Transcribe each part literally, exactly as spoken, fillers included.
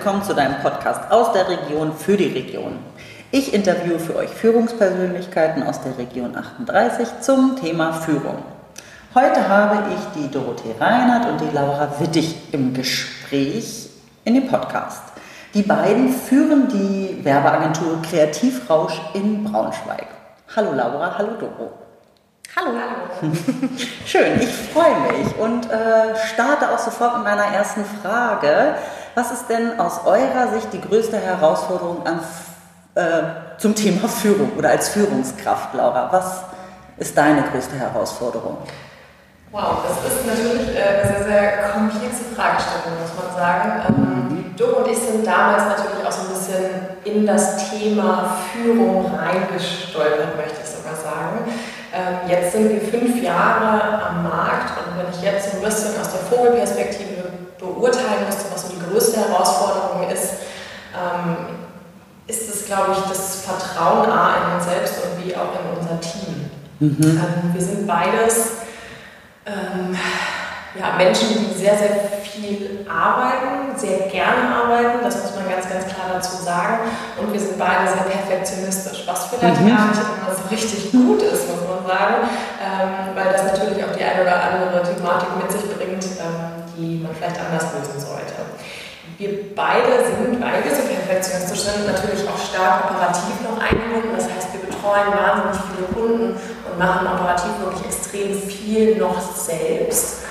willkommen zu deinem Podcast aus der Region für die Region. Ich interviewe für euch Führungspersönlichkeiten aus der Region achtunddreißig zum Thema Führung. Heute habe ich die Dorothee Reinert und die Laura Wittig im Gespräch in dem Podcast. Die beiden führen die Werbeagentur Kreativrausch in Braunschweig. Hallo Laura, hallo Doro. Hallo. Schön, ich freue mich und äh, starte auch sofort mit meiner ersten Frage. Was ist denn aus eurer Sicht die größte Herausforderung an, äh, zum Thema Führung oder als Führungskraft, Laura? Was ist deine größte Herausforderung? Wow, das ist natürlich eine sehr, sehr komplexe Fragestellung, muss man sagen. Ähm, Doro und ich sind damals natürlich auch so ein bisschen in das Thema Führung reingestolpert, möchte ich sogar sagen. Ähm, jetzt sind wir fünf Jahre am Markt und wenn ich jetzt so ein bisschen aus der Vogelperspektive beurteilen müsste, was so die größte Herausforderung ist, ähm, ist es, glaube ich, das Vertrauen A in uns selbst und B auch in unser Team. Mhm. Ähm, wir sind beides ähm, ja, Menschen, die sehr, sehr viel arbeiten, sehr gerne arbeiten, das muss man ganz, ganz klar dazu sagen. Und wir sind beide sehr perfektionistisch, was vielleicht mhm. gar nicht immer so richtig gut ist, muss man sagen, ähm, weil das natürlich auch die eine oder andere Thematik mit sich bringt, ähm, die man vielleicht anders lösen sollte. Wir beide sind, weil wir so perfektionistisch sind, natürlich auch stark operativ noch eingebunden. Das heißt, wir betreuen wahnsinnig viele Kunden und machen operativ wirklich extrem viel noch selbst.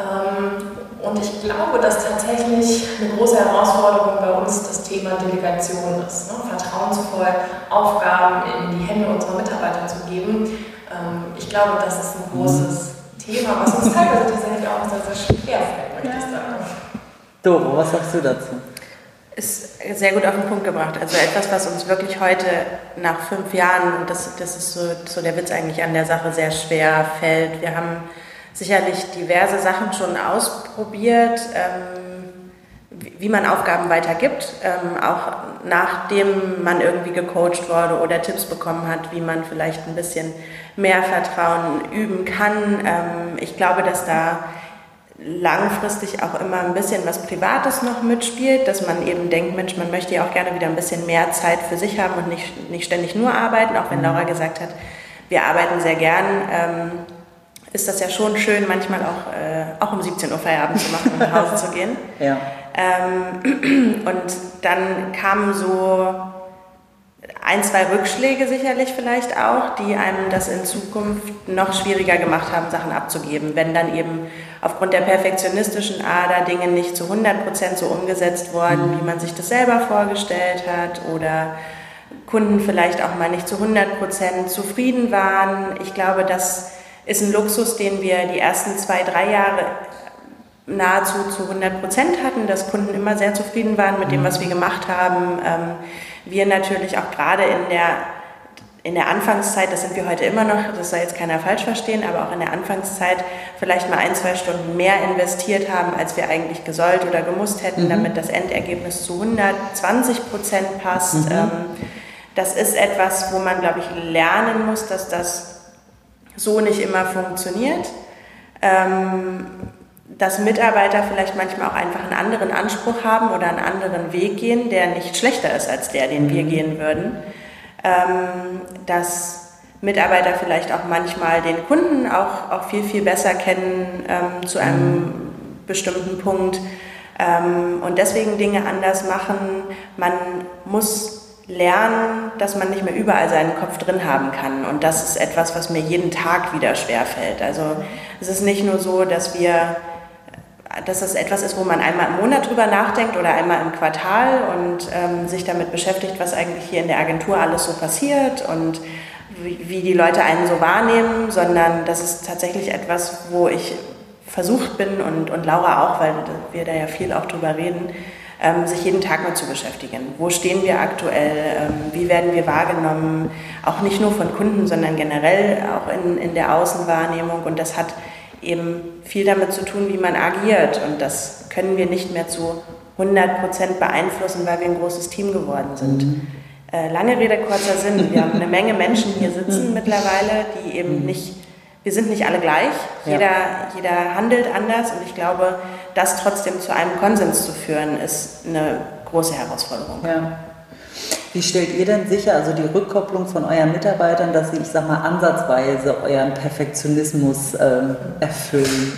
Und ich glaube, dass tatsächlich eine große Herausforderung bei uns das Thema Delegation ist. Ne? Vertrauensvoll Aufgaben in die Hände unserer Mitarbeiter zu geben. Ich glaube, das ist ein großes Thema, was uns teilweise tatsächlich auch sehr, sehr schwer fällt, möchte ich sagen. Doro, was sagst du dazu? Ist sehr gut auf den Punkt gebracht. Also etwas, was uns wirklich heute nach fünf Jahren, und das, das ist so, so der Witz eigentlich an der Sache, sehr schwer fällt. Wir haben sicherlich diverse Sachen schon ausprobiert, ähm, wie, wie man Aufgaben weitergibt, ähm, auch nachdem man irgendwie gecoacht wurde oder Tipps bekommen hat, wie man vielleicht ein bisschen mehr Vertrauen üben kann. Ähm, ich glaube, dass da langfristig auch immer ein bisschen was Privates noch mitspielt, dass man eben denkt, Mensch, man möchte ja auch gerne wieder ein bisschen mehr Zeit für sich haben und nicht, nicht ständig nur arbeiten, auch wenn Laura gesagt hat, wir arbeiten sehr gern. Ähm, ist das ja schon schön, manchmal auch, äh, auch um siebzehn Uhr Feierabend zu machen und nach Hause zu gehen. Ja. Ähm, und dann kamen so ein, zwei Rückschläge sicherlich vielleicht auch, die einem das in Zukunft noch schwieriger gemacht haben, Sachen abzugeben, wenn dann eben aufgrund der perfektionistischen Ader Dinge nicht zu hundert Prozent so umgesetzt wurden, wie man sich das selber vorgestellt hat oder Kunden vielleicht auch mal nicht zu hundert Prozent zufrieden waren. Ich glaube, das ist ein Luxus, den wir die ersten zwei, drei Jahre nahezu zu hundert Prozent hatten, dass Kunden immer sehr zufrieden waren mit dem, was wir gemacht haben. Ähm, wir natürlich auch gerade in der, in der Anfangszeit, das sind wir heute immer noch, das soll jetzt keiner falsch verstehen, aber auch in der Anfangszeit vielleicht mal ein, zwei Stunden mehr investiert haben, als wir eigentlich gesollt oder gemusst hätten, mhm. damit das Endergebnis zu hundertzwanzig Prozent passt. Mhm. Ähm, das ist etwas, wo man, glaube ich, lernen muss, dass das so nicht immer funktioniert, ähm, dass Mitarbeiter vielleicht manchmal auch einfach einen anderen Anspruch haben oder einen anderen Weg gehen, der nicht schlechter ist als der, den wir gehen würden, ähm, dass Mitarbeiter vielleicht auch manchmal den Kunden auch, auch viel, viel besser kennen ähm, zu einem bestimmten Punkt ähm, und deswegen Dinge anders machen. Man muss lernen, dass man nicht mehr überall seinen Kopf drin haben kann. Und das ist etwas, was mir jeden Tag wieder schwerfällt. Also es ist nicht nur so, dass wir, dass es etwas ist, wo man einmal im Monat drüber nachdenkt oder einmal im Quartal und ähm, sich damit beschäftigt, was eigentlich hier in der Agentur alles so passiert und wie, wie die Leute einen so wahrnehmen, sondern das ist tatsächlich etwas, wo ich versucht bin und, und Laura auch, weil wir da ja viel auch drüber reden, Ähm, sich jeden Tag mal zu beschäftigen. Wo stehen wir aktuell? Ähm, wie werden wir wahrgenommen? Auch nicht nur von Kunden, sondern generell auch in, in der Außenwahrnehmung. Und das hat eben viel damit zu tun, wie man agiert. Und das können wir nicht mehr zu hundert Prozent beeinflussen, weil wir ein großes Team geworden sind. Mhm. Äh, lange Rede, kurzer Sinn. Wir haben eine Menge Menschen hier sitzen mittlerweile, die eben nicht, wir sind nicht alle gleich. Ja. Jeder, jeder handelt anders. Und ich glaube, das trotzdem zu einem Konsens zu führen, ist eine große Herausforderung. Ja. Wie stellt ihr denn sicher, also die Rückkopplung von euren Mitarbeitern, dass sie, ich sag mal, ansatzweise euren Perfektionismus ähm, erfüllen?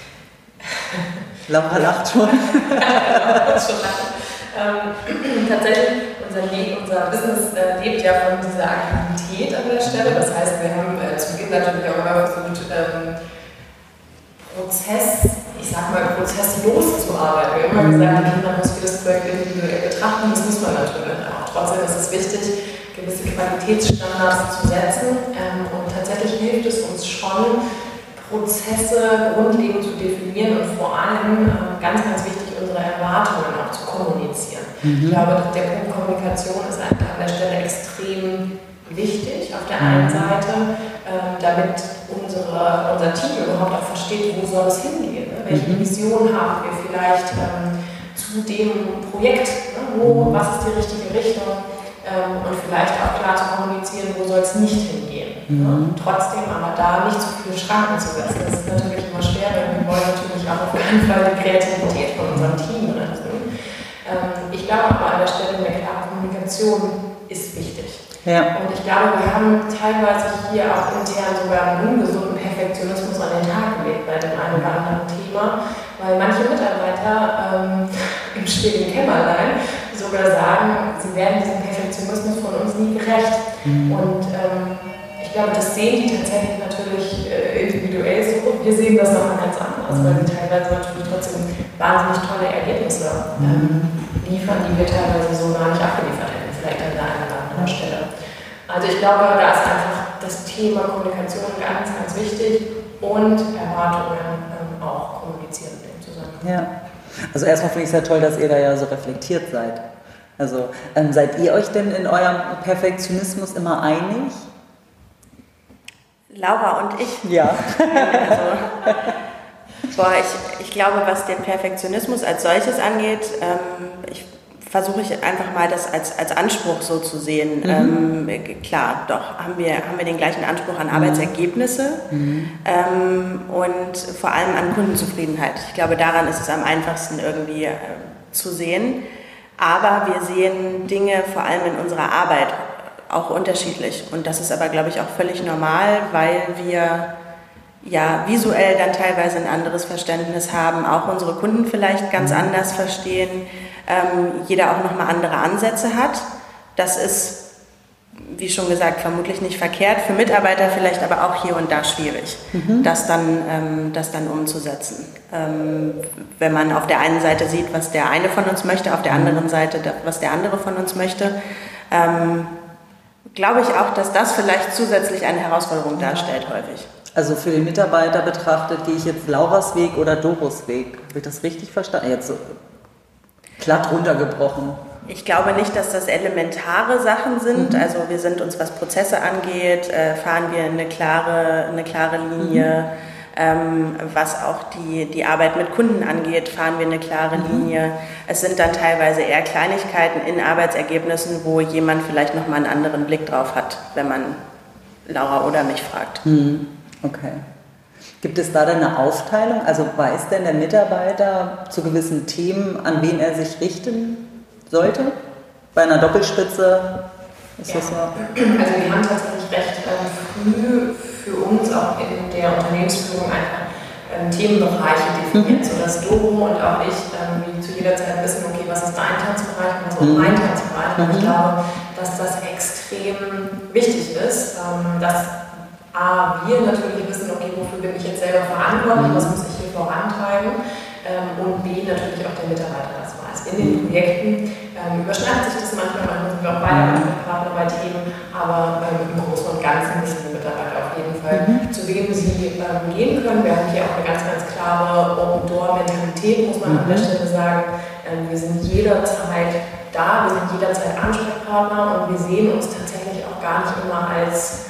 Laura lacht schon. Ja, schon ähm, tatsächlich, unser, Le- unser Business äh, lebt ja von dieser Agilität an der Stelle. Das heißt, wir haben äh, zu Beginn natürlich auch immer versucht, ähm, Prozess, ich sag mal, prozesslos zu arbeiten. Wir haben immer gesagt, man muss jedes Projekt individuell betrachten, das muss man natürlich auch. Trotzdem ist es wichtig, gewisse Qualitätsstandards zu setzen. Ähm, und tatsächlich hilft es uns schon, Prozesse grundlegend zu definieren und vor allem ähm, ganz, ganz wichtig, unsere Erwartungen auch zu kommunizieren. Mhm. Ich glaube, der Punkt Kommunikation ist einfach an der Stelle extrem wichtig auf der einen Seite, ähm, damit unsere, unser Team überhaupt auch versteht, wo soll es hingehen. Ne? Welche mhm. Vision haben wir vielleicht ähm, zu dem Projekt? Ne? Wo, was ist die richtige Richtung? Ähm, und vielleicht auch klar zu kommunizieren, wo soll es nicht hingehen. Mhm. Ne? Trotzdem aber da nicht zu viele Schranken zu setzen. Das ist natürlich immer schwer, weil wir wollen natürlich auch auf keinen Fall die Kreativität von unserem Team bremsen. Ähm, ich glaube aber an der Stelle, eine klare Kommunikation ist wichtig. Ja. Und ich glaube, wir haben teilweise hier auch intern sogar einen ungesunden Perfektionismus an den Tag gelegt bei dem einen oder anderen Thema, weil manche Mitarbeiter ähm, im stillen Kämmerlein sogar sagen, sie werden diesem Perfektionismus von uns nie gerecht. Mhm. Und ähm, ich glaube, das sehen die tatsächlich natürlich äh, individuell so. Wir sehen das nochmal ganz anders, mhm. weil sie teilweise natürlich trotzdem wahnsinnig tolle Ergebnisse ähm, liefern, die wir teilweise so gar nicht abgeliefert hätten, vielleicht an der einen oder anderen Stelle. Also ich glaube, da ist einfach das Thema Kommunikation ganz, ganz wichtig und Erwartungen ähm, auch kommunizieren in dem Zusammenhang. Ja. Also erstmal finde ich es ja toll, dass ihr da ja so reflektiert seid. Also ähm, seid ihr euch denn in eurem Perfektionismus immer einig? Laura und ich. Ja. Also, boah, ich, ich glaube, was den Perfektionismus als solches angeht, ähm, ich versuche ich einfach mal das als, als Anspruch so zu sehen. Mhm. Ähm, klar, doch, haben wir, haben wir den gleichen Anspruch an Arbeitsergebnisse mhm. ähm, und vor allem an Kundenzufriedenheit. Ich glaube, daran ist es am einfachsten irgendwie äh, zu sehen. Aber wir sehen Dinge vor allem in unserer Arbeit auch unterschiedlich. Und das ist aber, glaube ich, auch völlig normal, weil wir ja visuell dann teilweise ein anderes Verständnis haben, auch unsere Kunden vielleicht ganz anders verstehen, ähm, jeder auch nochmal andere Ansätze hat. Das ist, wie schon gesagt, vermutlich nicht verkehrt, für Mitarbeiter vielleicht aber auch hier und da schwierig, mhm. das, dann, ähm, das dann umzusetzen. Ähm, wenn man auf der einen Seite sieht, was der eine von uns möchte, auf der anderen Seite, was der andere von uns möchte, ähm, glaube ich auch, dass das vielleicht zusätzlich eine Herausforderung darstellt häufig. Also für den Mitarbeiter betrachtet, gehe ich jetzt Lauras Weg oder Doros Weg? Habe ich das richtig verstanden? Jetzt so platt runtergebrochen. Ich glaube nicht, dass das elementare Sachen sind. Mhm. Also wir sind uns, was Prozesse angeht, äh, fahren wir eine klare, eine klare Linie. Mhm. Ähm, was auch die, die Arbeit mit Kunden angeht, fahren wir eine klare mhm. Linie. Es sind dann teilweise eher Kleinigkeiten in Arbeitsergebnissen, wo jemand vielleicht nochmal einen anderen Blick drauf hat, wenn man Laura oder mich fragt. Mhm. Okay. Gibt es da denn eine Aufteilung? Also weiß denn der Mitarbeiter zu gewissen Themen, an wen er sich richten sollte? Bei einer Doppelspitze ist ja. das so? Also wir haben tatsächlich recht ähm, früh für uns auch in der Unternehmensführung einfach ähm, Themenbereiche definiert, mhm. sodass Doro und auch ich ähm, wie zu jeder Zeit wissen, okay, was ist dein Tanzbereich und was ist mhm. mein Tanzbereich. Und ich glaube, dass das extrem wichtig ist, ähm, dass A, wir natürlich wissen, okay, wofür bin ich jetzt selber verantwortlich, was muss ich hier vorantreiben, ähm, und B, natürlich auch der Mitarbeiter das weiß. In den Projekten ähm, überschneidet sich das manchmal, manchmal sind wir auch beide Partner bei Themen, aber ähm, im Großen und Ganzen wissen die Mitarbeiter auf jeden Fall, mhm. zu wem sie ähm, gehen können. Wir haben hier auch eine ganz, ganz klare Open-Door-Mentalität, muss man mhm. an der Stelle sagen. Ähm, wir sind jederzeit da, wir sind jederzeit Ansprechpartner und wir sehen uns tatsächlich auch gar nicht immer als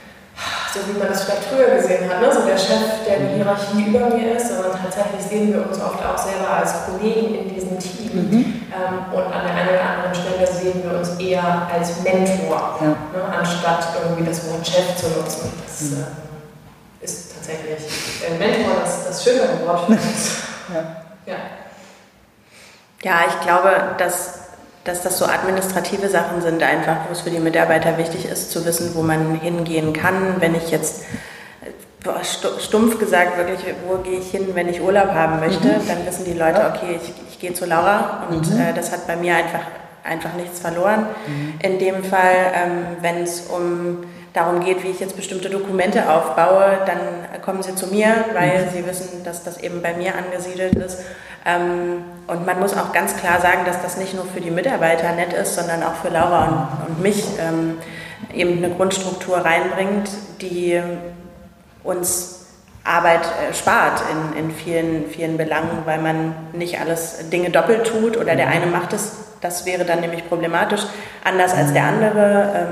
so wie man das vielleicht früher gesehen hat, ne? So der Chef, der die Hierarchie über mir ist, sondern tatsächlich sehen wir uns oft auch selber als Kollegen in diesem Team. Mhm. Ähm, und an der einen oder anderen Stelle sehen wir uns eher als Mentor, ja. ne? Anstatt irgendwie das Wort Chef zu nutzen. Das mhm. äh, ist tatsächlich äh, Mentor, das, das schönere Wort für uns. ja. ja. Ja, ich glaube, dass dass das so administrative Sachen sind, einfach, wo es für die Mitarbeiter wichtig ist, zu wissen, wo man hingehen kann. Wenn ich jetzt, stumpf gesagt, wirklich, wo gehe ich hin, wenn ich Urlaub haben möchte, mhm. dann wissen die Leute, okay, ich, ich gehe zu Laura und mhm. äh, das hat bei mir einfach, einfach nichts verloren. Mhm. In dem Fall, ähm, wenn es um darum geht, wie ich jetzt bestimmte Dokumente aufbaue, dann kommen sie zu mir, weil sie wissen, dass das eben bei mir angesiedelt ist. Und man muss auch ganz klar sagen, dass das nicht nur für die Mitarbeiter nett ist, sondern auch für Laura und, und mich eben eine Grundstruktur reinbringt, die uns Arbeit spart in, in vielen, vielen Belangen, weil man nicht alles Dinge doppelt tut oder der eine macht es, das wäre dann nämlich problematisch, anders als der andere.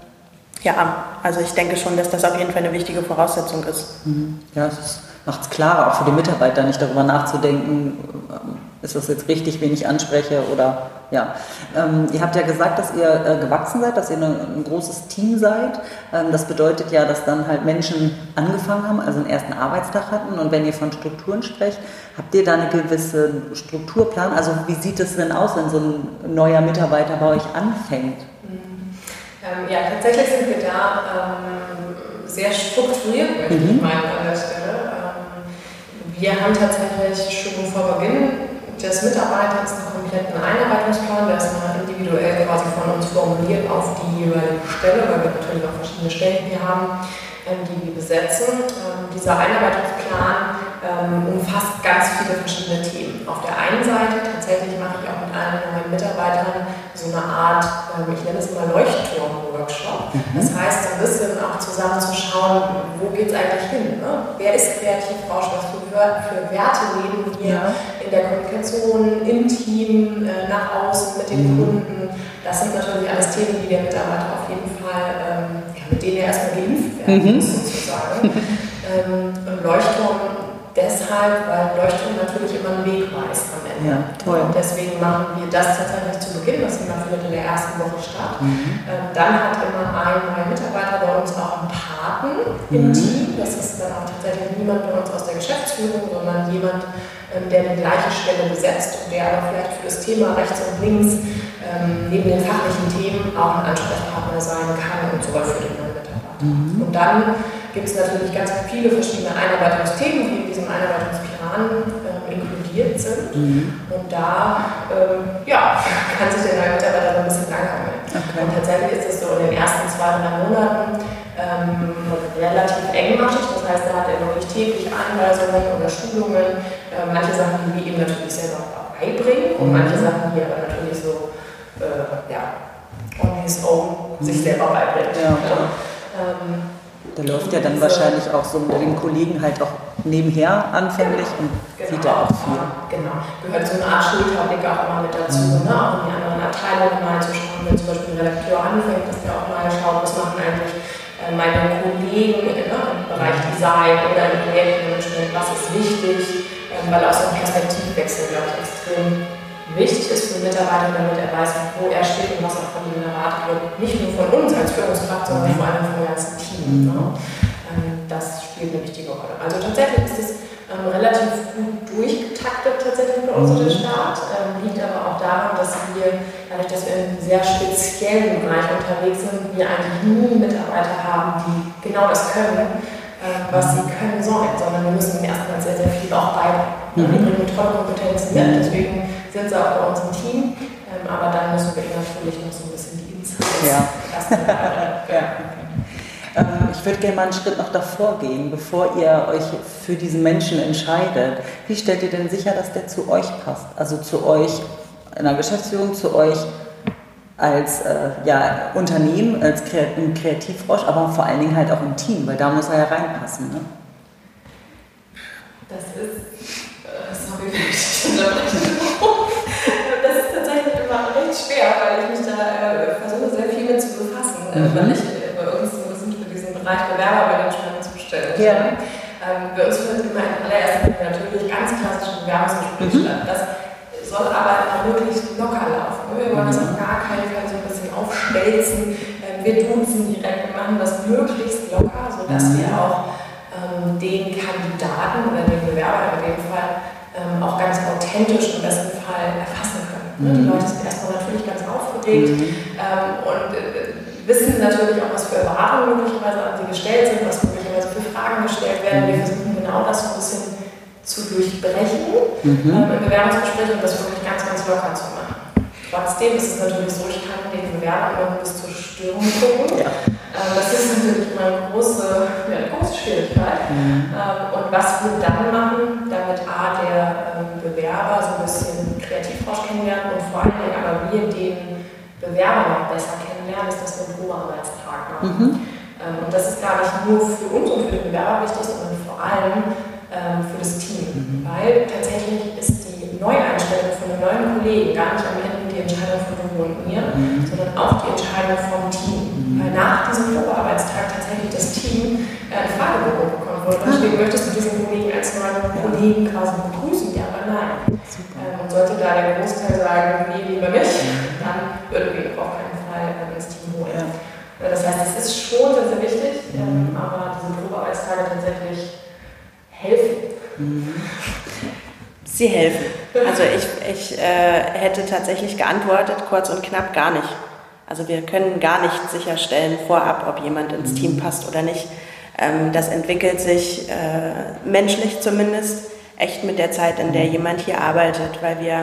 Ja, also ich denke schon, dass das auf jeden Fall eine wichtige Voraussetzung ist. Ja, es macht es klarer, auch für die Mitarbeiter, nicht darüber nachzudenken, ist das jetzt richtig, wen ich anspreche oder ja. Ähm, ihr habt ja gesagt, dass ihr äh, gewachsen seid, dass ihr eine, ein großes Team seid. Ähm, das bedeutet ja, dass dann halt Menschen angefangen haben, also einen ersten Arbeitstag hatten. Und wenn ihr von Strukturen sprecht, habt ihr da eine gewisse Strukturplan? Also wie sieht es denn aus, wenn so ein neuer Mitarbeiter bei euch anfängt? Ähm, ja, tatsächlich sind wir da ähm, sehr strukturiert, möchte mhm. ich meinen, an der Stelle. Ähm, wir haben tatsächlich schon vor Beginn des Mitarbeiters einen kompletten Einarbeitungsplan, der ist mal individuell quasi von uns formuliert auf die jeweilige Stelle, weil wir natürlich auch verschiedene Stellen hier haben, ähm, die wir besetzen. Ähm, dieser Einarbeitungsplan ähm, umfasst ganz viele verschiedene Themen. Auf der einen Seite, tatsächlich mache ich auch mit allen meinen Mitarbeitern so eine Art, ähm, ich nenne es immer Leuchtturm-Workshop. Mhm. Das heißt, so ein bisschen auch zusammen zu schauen, wo geht es eigentlich hin? Ne? Wer ist Kreativrausch? Was für, für Werte leben wir ja. in der Kommunikation, im Team, äh, nach außen, mit den mhm. Kunden? Das sind natürlich alles Themen, die der Mitarbeiter auf jeden Fall, ähm, ja, mit denen er erstmal geimpft werden mhm. muss, sozusagen. ähm, und Leuchtturm deshalb, weil Leuchtturm natürlich immer einen Weg weist am Ende. Ja, toll. Und deswegen machen wir das tatsächlich zu Beginn, das immer findet in der ersten Woche statt. Mhm. Ähm, dann hat immer ein neuer Mitarbeiter bei uns auch einen Paten im mhm. Team. Das ist dann auch tatsächlich niemand bei uns aus der Geschäftsführung, sondern jemand, ähm, der die gleiche Stelle besetzt und der aber vielleicht für das Thema rechts und links ähm, neben den fachlichen Themen auch ein Ansprechpartner sein kann und sogar für den neuen Mitarbeiter. Mhm. Und dann gibt es natürlich ganz viele verschiedene Einarbeitungsthemen, die in diesem Einarbeitungsplan äh, inkludiert sind. Mhm. Und da ähm, ja, kann sich der neue Mitarbeiter ein bisschen langhangeln. Okay. Und tatsächlich ist es so in den ersten zwei, drei Monaten ähm, relativ engmaschig. Das heißt, da hat er wirklich täglich Anweisungen oder Schulungen. Äh, manche Sachen, die wir ihm natürlich selber beibringen und manche Sachen, die er aber natürlich so äh, ja, on his own mhm. sich selber beibringt. Ja, ja. Ähm, Der läuft ja dann wahrscheinlich auch so mit den Kollegen halt auch nebenher anfänglich genau. und genau. sieht da auch viel. Genau, gehört so eine Art Schulterblick auch immer mit dazu, mhm. ne? Auch in die anderen Abteilungen mal zu schauen, wenn zum Beispiel ein Redakteur anfängt, dass der auch mal schaut, was machen eigentlich äh, meine Kollegen ne? Im Bereich Design oder im Projektmanagement, was ist wichtig, ähm, weil auch so ein Perspektivwechsel, glaube ich, extrem wichtig ist für den Mitarbeiter, damit er weiß, wo er steht und was auch von ihm erwartet wird. Nicht nur von uns als Führungskraft, sondern vor allem vom ganzen Team. Ne? Das spielt eine wichtige Rolle. Also tatsächlich ist es ähm, relativ gut durchgetaktet tatsächlich bei uns der Start. Ähm, liegt aber auch daran, dass wir, dadurch, dass wir in einem sehr speziellen Bereich unterwegs sind, wir eigentlich nie Mitarbeiter haben, die genau das können, äh, was sie können sollen, sondern wir müssen ihnen erstmal sehr, sehr viel auch beibringen. Mhm. Wir bringen tolle Kompetenzen mit, deswegen sind sie auch bei uns im Team, ähm, aber dann müssen wir natürlich noch so ein bisschen die Insights ja. erstmal ja. ähm, Ich würde gerne mal einen Schritt noch davor gehen, bevor ihr euch für diesen Menschen entscheidet. Wie stellt ihr denn sicher, dass der zu euch passt? Also zu euch in der Geschäftsführung, zu euch als äh, ja, Unternehmen, als Kreativfrosch, aber vor allen Dingen halt auch im Team, weil da muss er ja reinpassen. Ne? Das ist, äh, sorry, wenn ich unterbreche. Das ist tatsächlich immer recht schwer, weil ich mich da äh, versuche, sehr viel mit zu befassen, mhm. äh, weil ich äh, bei uns ein bisschen für diesen Bereich Bewerbermanagement zuständig bin. Ja. Ähm, bei uns findet immer in allererster Linie natürlich ganz klassische Bewerbungsgespräche mhm. statt. Das soll aber immer möglichst locker laufen. Wir wollen das auf gar keinen Fall so ein bisschen aufstelzen. Ähm, wir duzen direkt, wir machen das möglichst locker, sodass mhm. wir auch den Kandidaten oder den Bewerber in dem Fall ähm, auch ganz authentisch im besten Fall erfassen können. Mhm. Die Leute sind erstmal natürlich ganz aufgeregt mhm. ähm, und äh, wissen natürlich auch, was für Erwartungen möglicherweise an sie gestellt sind, was möglicherweise für Fragen gestellt werden. Wir versuchen genau das so ein bisschen zu durchbrechen mhm. ähm, im Bewerbungsgespräch und das wirklich ganz, ganz locker zu machen. Trotzdem ist es natürlich so, ich kann den Bewerber immer bis zur Störung gucken. Ja. Ähm, das ist natürlich immer eine große, ja, eine große Schwierigkeit. Mhm. Ähm, und was wir dann machen, damit A, der ähm, Bewerber so ein bisschen Kreativforsch kennenlernt und vor allen Dingen aber wir den Bewerber noch besser kennenlernen, ist, dass wir einen Probearbeitstag machen. Mhm. Ähm, und das ist gar nicht nur für uns und für den Bewerber wichtig, sondern vor allem ähm, für das Team. Mhm. Weil tatsächlich ist die Neueinstellung von den neuen Kollegen gar nicht am Ende die Entscheidung von Doro und mir, mhm. sondern auch die Entscheidung vom Team. Mhm. Weil nach diesem Probearbeitstag tatsächlich das Team äh, eine Fragebogen bekommen wird. Und deswegen möchtest du diesen Kollegen als neuen Kollegen quasi begrüßen, ja oder nein? Ähm, und sollte da der Großteil sagen, nee, lieber nicht, mhm. dann würden wir auf keinen Fall äh, ins Team holen. Ja. Das heißt, es ist schon sehr, sehr wichtig, ähm, aber diese Probearbeitstage tatsächlich helfen. Mhm. Sie helfen. Also ich, ich äh, hätte tatsächlich geantwortet, kurz und knapp, gar nicht. Also wir können gar nicht sicherstellen vorab, ob jemand ins Team passt oder nicht. Ähm, das entwickelt sich äh, menschlich zumindest echt mit der Zeit, in der jemand hier arbeitet, weil wir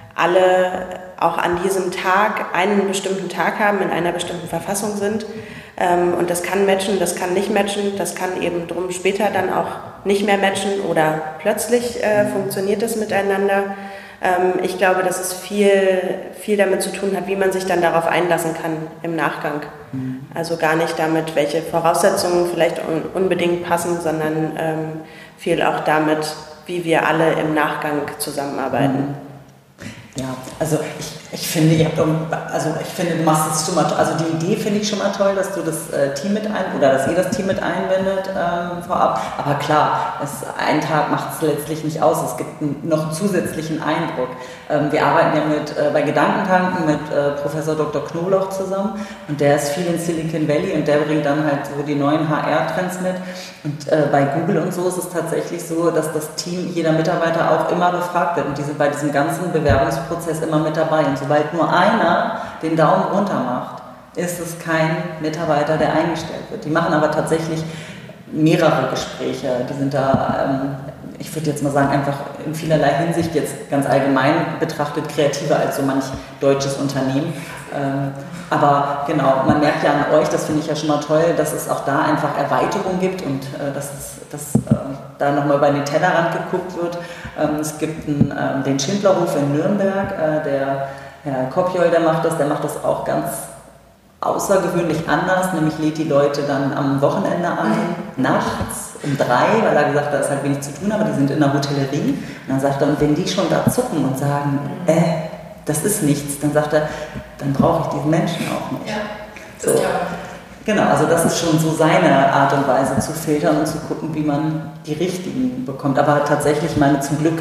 alle auch an diesem Tag einen bestimmten Tag haben, in einer bestimmten Verfassung sind. Ähm, und das kann matchen, das kann nicht matchen, das kann eben drum später dann auch nicht mehr matchen oder plötzlich äh, funktioniert es miteinander. Ähm, ich glaube, dass es viel, viel damit zu tun hat, wie man sich dann darauf einlassen kann im Nachgang. Mhm. Also gar nicht damit, welche Voraussetzungen vielleicht un- unbedingt passen, sondern ähm, viel auch damit, wie wir alle im Nachgang zusammenarbeiten. Mhm. Ja, also ich, ich finde, ihr habt auch, also ich finde, du machst es schon mal, also die Idee finde ich schon mal toll, dass du das äh, Team mit ein oder dass ihr das Team mit einbindet ähm, vorab. Aber klar, es, ein Tag macht es letztlich nicht aus. Es gibt einen, noch einen zusätzlichen Eindruck. Ähm, wir arbeiten ja mit äh, bei Gedankentanken mit äh, Professor Doktor Knoblauch zusammen und der ist viel in Silicon Valley und der bringt dann halt so die neuen H R-Trends mit. Und äh, bei Google und so ist es tatsächlich so, dass das Team, jeder Mitarbeiter auch immer befragt wird und die sind bei diesem ganzen Bewerbungsprozess immer mit dabei. Und sobald nur einer den Daumen runter macht, ist es kein Mitarbeiter, der eingestellt wird. Die machen aber tatsächlich mehrere Gespräche. Die sind da, ähm, ich würde jetzt mal sagen, einfach in vielerlei Hinsicht jetzt ganz allgemein betrachtet kreativer als so manch deutsches Unternehmen. Ähm, aber genau, man merkt ja an euch, das finde ich ja schon mal toll, dass es auch da einfach Erweiterung gibt und äh, dass, es, dass äh, da nochmal über den Tellerrand geguckt wird. Ähm, es gibt einen, äh, den Schindlerhof in Nürnberg, äh, der Herr Kopjol, der macht das, der macht das auch ganz außergewöhnlich anders, nämlich lädt die Leute dann am Wochenende ein, nachts um drei, weil er gesagt hat, da ist halt wenig zu tun, aber die sind in der Hotellerie. Und dann sagt er, und wenn die schon da zucken und sagen, äh, das ist nichts, dann sagt er, dann brauche ich diesen Menschen auch nicht. Ja, das so. Ja. Genau, also das ist schon so seine Art und Weise zu filtern und zu gucken, wie man die richtigen bekommt. Aber tatsächlich, meine, zum Glück,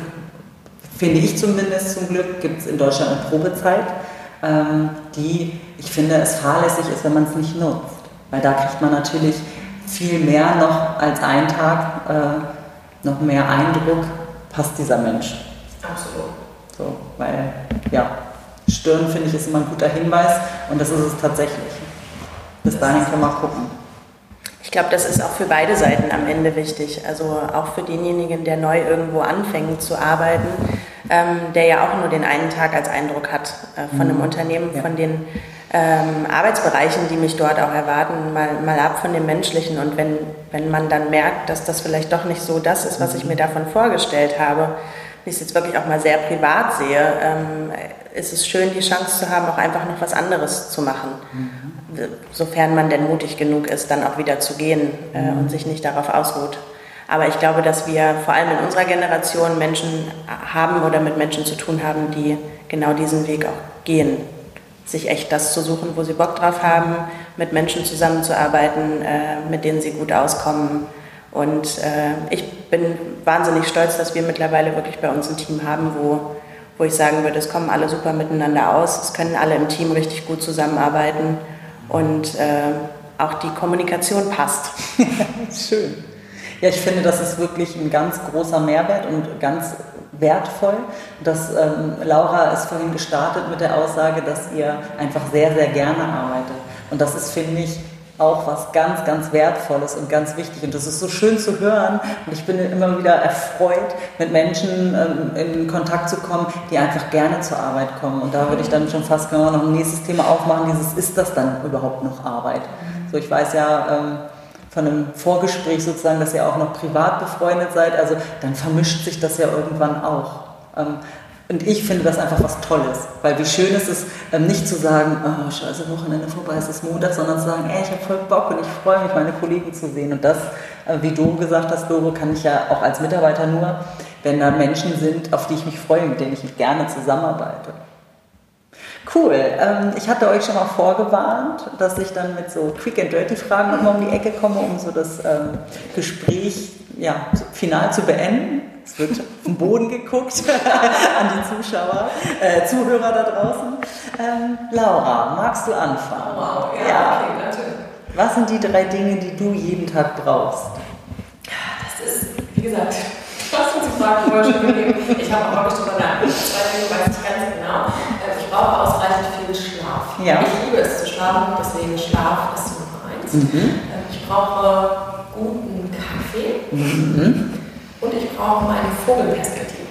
finde ich zumindest, zum Glück gibt es in Deutschland eine Probezeit, ähm, die, ich finde, es fahrlässig ist, wenn man es nicht nutzt. Weil da kriegt man natürlich viel mehr noch als einen Tag, äh, noch mehr Eindruck, passt dieser Mensch. Absolut. So, weil, ja, Stören, finde ich, ist immer ein guter Hinweis und das ist es tatsächlich. Bis dahin kann man gucken. Ich glaube, das ist auch für beide Seiten am Ende wichtig. Also auch für denjenigen, der neu irgendwo anfängt zu arbeiten, ähm, der ja auch nur den einen Tag als Eindruck hat äh, von einem mhm. Unternehmen, ja. von den ähm, Arbeitsbereichen, die mich dort auch erwarten, mal, mal ab von dem Menschlichen. Und wenn, wenn man dann merkt, dass das vielleicht doch nicht so das ist, was ich mir davon vorgestellt habe, wenn ich es jetzt wirklich auch mal sehr privat sehe, ähm, ist es schön, die Chance zu haben, auch einfach noch was anderes zu machen. Mhm. Sofern man denn mutig genug ist, dann auch wieder zu gehen äh, mhm. und sich nicht darauf ausruht. Aber ich glaube, dass wir vor allem in unserer Generation Menschen haben oder mit Menschen zu tun haben, die genau diesen Weg auch gehen. Sich echt das zu suchen, wo sie Bock drauf haben, mit Menschen zusammenzuarbeiten, äh, mit denen sie gut auskommen. Und äh, ich bin wahnsinnig stolz, dass wir mittlerweile wirklich bei uns ein Team haben, wo, wo ich sagen würde, es kommen alle super miteinander aus, es können alle im Team richtig gut zusammenarbeiten und äh, auch die Kommunikation passt. Schön. Ja, ich finde, das ist wirklich ein ganz großer Mehrwert und ganz wertvoll. Das, ähm, Laura ist vorhin gestartet mit der Aussage, dass ihr einfach sehr, sehr gerne arbeitet. Und das ist, finde ich, auch was ganz, ganz Wertvolles und ganz wichtig. Und das ist so schön zu hören. Und ich bin immer wieder erfreut, mit Menschen ähm, in Kontakt zu kommen, die einfach gerne zur Arbeit kommen. Und da würde ich dann schon fast genau noch ein nächstes Thema aufmachen, dieses, ist das dann überhaupt noch Arbeit? So, ich weiß ja ähm, von einem Vorgespräch sozusagen, dass ihr auch noch privat befreundet seid. Also dann vermischt sich das ja irgendwann auch. Ähm, Und ich finde das einfach was Tolles, weil wie schön ist es, nicht zu sagen, oh, scheiße, Wochenende vorbei, es ist Montag, sondern zu sagen, ey, ich habe voll Bock und ich freue mich, meine Kollegen zu sehen. Und das, wie du gesagt hast, Doro, kann ich ja auch als Mitarbeiter nur, wenn da Menschen sind, auf die ich mich freue, mit denen ich gerne zusammenarbeite. Cool, ich hatte euch schon mal vorgewarnt, dass ich dann mit so Quick and Dirty Fragen nochmal um die Ecke komme, um so das Gespräch ja, final zu beenden. Es wird vom Boden geguckt an die Zuschauer, äh, Zuhörer da draußen. Ähm, Laura, magst du anfangen? Wow, ja, ja. Okay, natürlich. Was sind die drei Dinge, die du jeden Tag brauchst? Das ist, wie gesagt, du hast uns die Frage vorher schon gegeben. Ich habe auch wirklich drüber nachgedacht. Zwei Dinge weiß ich ganz genau. Ich brauche ausreichend viel Schlaf. Ja. Ich liebe es zu schlafen, deswegen Schlaf ist Nummer eins. Mhm. Ich brauche guten Kaffee. Mhm. Und ich brauche meine Vogelperspektive.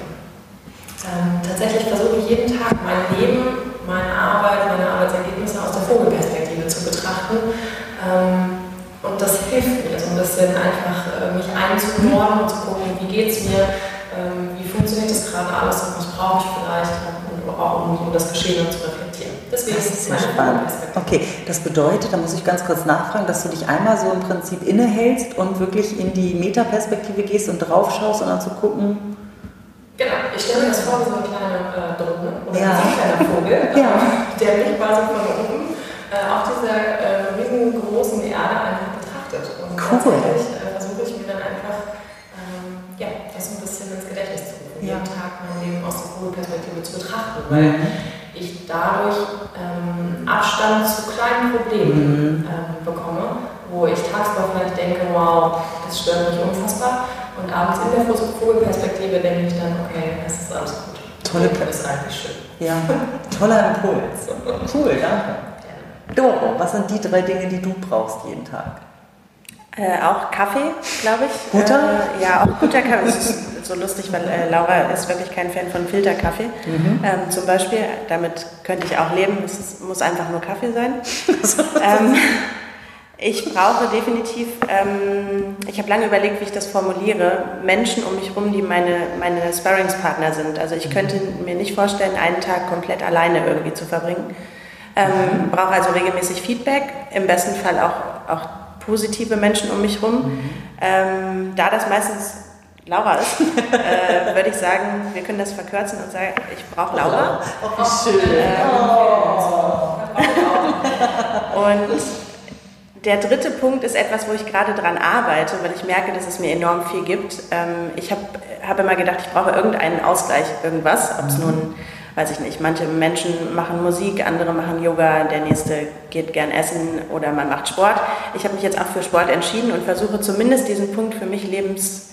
Ähm, tatsächlich versuche ich jeden Tag mein Leben, meine Arbeit, meine Arbeitsergebnisse aus der Vogelperspektive zu betrachten. Ähm, und das hilft mir so ein bisschen einfach, äh, mich einzunorden und zu gucken, wie geht es mir, ähm, wie funktioniert das gerade alles und was brauche ich vielleicht, und auch um, um das Geschehen zu reflektieren. Deswegen das ist meine spannend. Vogelperspektive. Okay, das bedeutet, da muss ich ganz kurz nachfragen, dass du dich einmal so im Prinzip innehältst und wirklich in die Metaperspektive gehst und drauf schaust und dann zu gucken. Genau, ich stelle mir das vor wie so eine kleine äh, Drohne oder Ja. so ein kleiner Vogel, Ja. der mich quasi von oben äh, auf dieser äh, riesengroßen Erde einfach betrachtet. Und Cool. tatsächlich äh, versuche ich mir dann einfach ähm, ja, das ein bisschen ins Gedächtnis zu rufen, Ja. jeden Tag mein Leben aus der Vogelperspektive zu betrachten, weil ich dadurch ähm, Abstand zu kleinen Problemen ähm, bekomme, wo ich tagsüber vielleicht denke, wow, das stört mich unfassbar. Und abends in der Vogelperspektive denke ich dann, okay, es ist alles gut. Tolle Das ist eigentlich schön. Ja, toller Impuls. Cool, danke. Doro, was sind die drei Dinge, die du brauchst jeden Tag? Äh, auch Kaffee, glaube ich. Guter? Äh, ja, auch guter Kaffee. Das ist so lustig, weil äh, Laura ist wirklich kein Fan von Filterkaffee. Mhm. Ähm, zum Beispiel, damit könnte ich auch leben. Es ist, muss einfach nur Kaffee sein. ähm, ich brauche definitiv, ähm, ich habe lange überlegt, wie ich das formuliere, Menschen um mich herum, die meine, meine Sparringspartner sind. Also ich könnte mir nicht vorstellen, einen Tag komplett alleine irgendwie zu verbringen. Ähm, brauche also regelmäßig Feedback, im besten Fall auch, auch positive Menschen um mich herum. Mhm. Ähm, da das meistens Laura ist, äh, würde ich sagen, wir können das verkürzen und sagen, ich brauche Laura. Oh, oh, wie schön. Ähm, oh. Und der dritte Punkt ist etwas, wo ich gerade dran arbeite, weil ich merke, dass es mir enorm viel gibt. Ähm, ich habe hab immer gedacht, ich brauche irgendeinen Ausgleich, irgendwas, ob es nun, weiß ich nicht, manche Menschen machen Musik, andere machen Yoga, der nächste geht gern essen oder man macht Sport. Ich habe mich jetzt auch für Sport entschieden und versuche zumindest diesen Punkt für mich lebens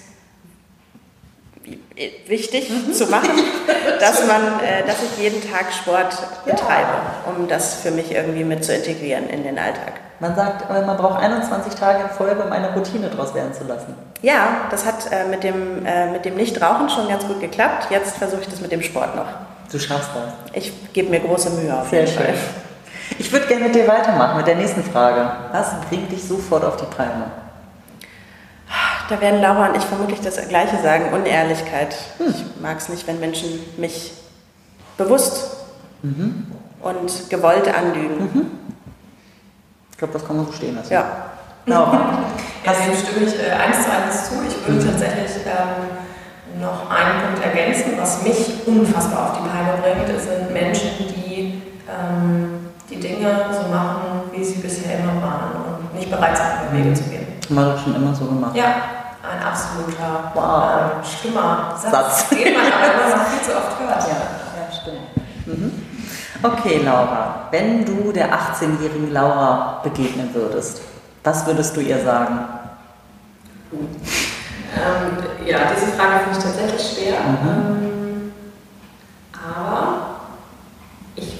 wichtig mhm. zu machen, dass man, äh, dass ich jeden Tag Sport betreibe, um das für mich irgendwie mit zu integrieren in den Alltag. Man sagt, man braucht einundzwanzig Tage in Folge, um eine Routine daraus werden zu lassen. Ja, das hat äh, mit dem, äh, mit dem Nichtrauchen schon ganz gut geklappt. Jetzt versuche ich das mit dem Sport noch. Du schaffst das. Ich gebe mir große Mühe auf Sehr jeden schön. Fall. Ich würde gerne mit dir weitermachen, mit der nächsten Frage. Was bringt dich sofort auf die Palme? Da werden Laura und ich vermutlich das Gleiche sagen, Unehrlichkeit. Hm. Ich mag es nicht, wenn Menschen mich bewusst mhm. und gewollt anlügen. Mhm. Ich glaube, das kann man so stehen lassen. Ja. Laura, ja, dem stimme ich äh, eins zu eins zu. Ich würde mhm. tatsächlich ähm, noch einen Punkt ergänzen, was mich unfassbar auf die Palme bringt. Es sind Menschen, die ähm, die Dinge so machen, wie sie bisher immer waren und nicht bereit sind, neue Wege zu gehen. Haben wir doch schon immer so gemacht. Ja, ein absoluter wow. ähm, schlimmer Satz, Satz. den man aber immer noch viel zu oft hört. Ja, ja stimmt. Mhm. Okay, Laura, wenn du der achtzehnjährigen Laura begegnen würdest, was würdest du ihr sagen? Ähm, ja, diese Frage finde ich tatsächlich schwer. Mhm. Ähm,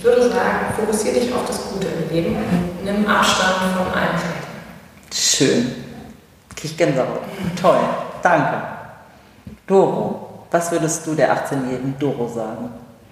Ich würde sagen, fokussiere dich auf das Gute im Leben und nimm Abstand von allem Schlechten. Schön. Krieg ich Gänsehaut. Toll. Danke. Doro, was würdest du der achtzehnjährigen Doro sagen?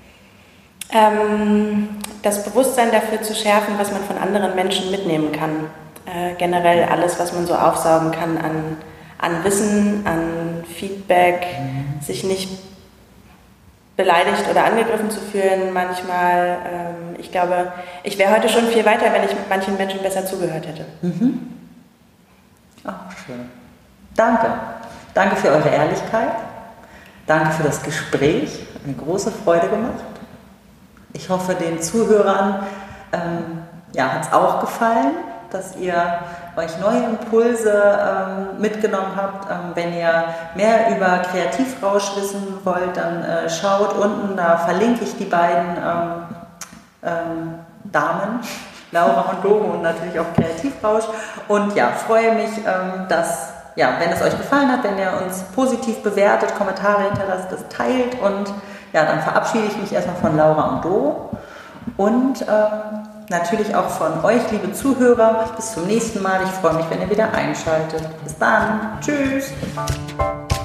Ähm, das Bewusstsein dafür zu schärfen, was man von anderen Menschen mitnehmen kann. Äh, generell alles, was man so aufsaugen kann an, an Wissen, an Feedback, mhm. sich nicht beleidigt oder angegriffen zu fühlen manchmal. Ähm, ich glaube, ich wäre heute schon viel weiter, wenn ich manchen Menschen besser zugehört hätte. Mhm. Ach, schön. Danke. Danke für eure Ehrlichkeit. Danke für das Gespräch. Hat mir große Freude gemacht. Ich hoffe, den Zuhörern ähm, ja, hat es auch gefallen, dass ihr euch neue Impulse ähm, mitgenommen habt. Ähm, wenn ihr mehr über Kreativrausch wissen wollt, dann äh, schaut unten, da verlinke ich die beiden ähm, ähm, Damen, Laura und Doro, und natürlich auch Kreativrausch. Und ja, freue mich, ähm, dass, ja, wenn es euch gefallen hat, wenn ihr uns positiv bewertet, Kommentare hinterlasst, das teilt, und ja, dann verabschiede ich mich erstmal von Laura und Doro und ähm, natürlich auch von euch, liebe Zuhörer. Bis zum nächsten Mal. Ich freue mich, wenn ihr wieder einschaltet. Bis dann. Tschüss.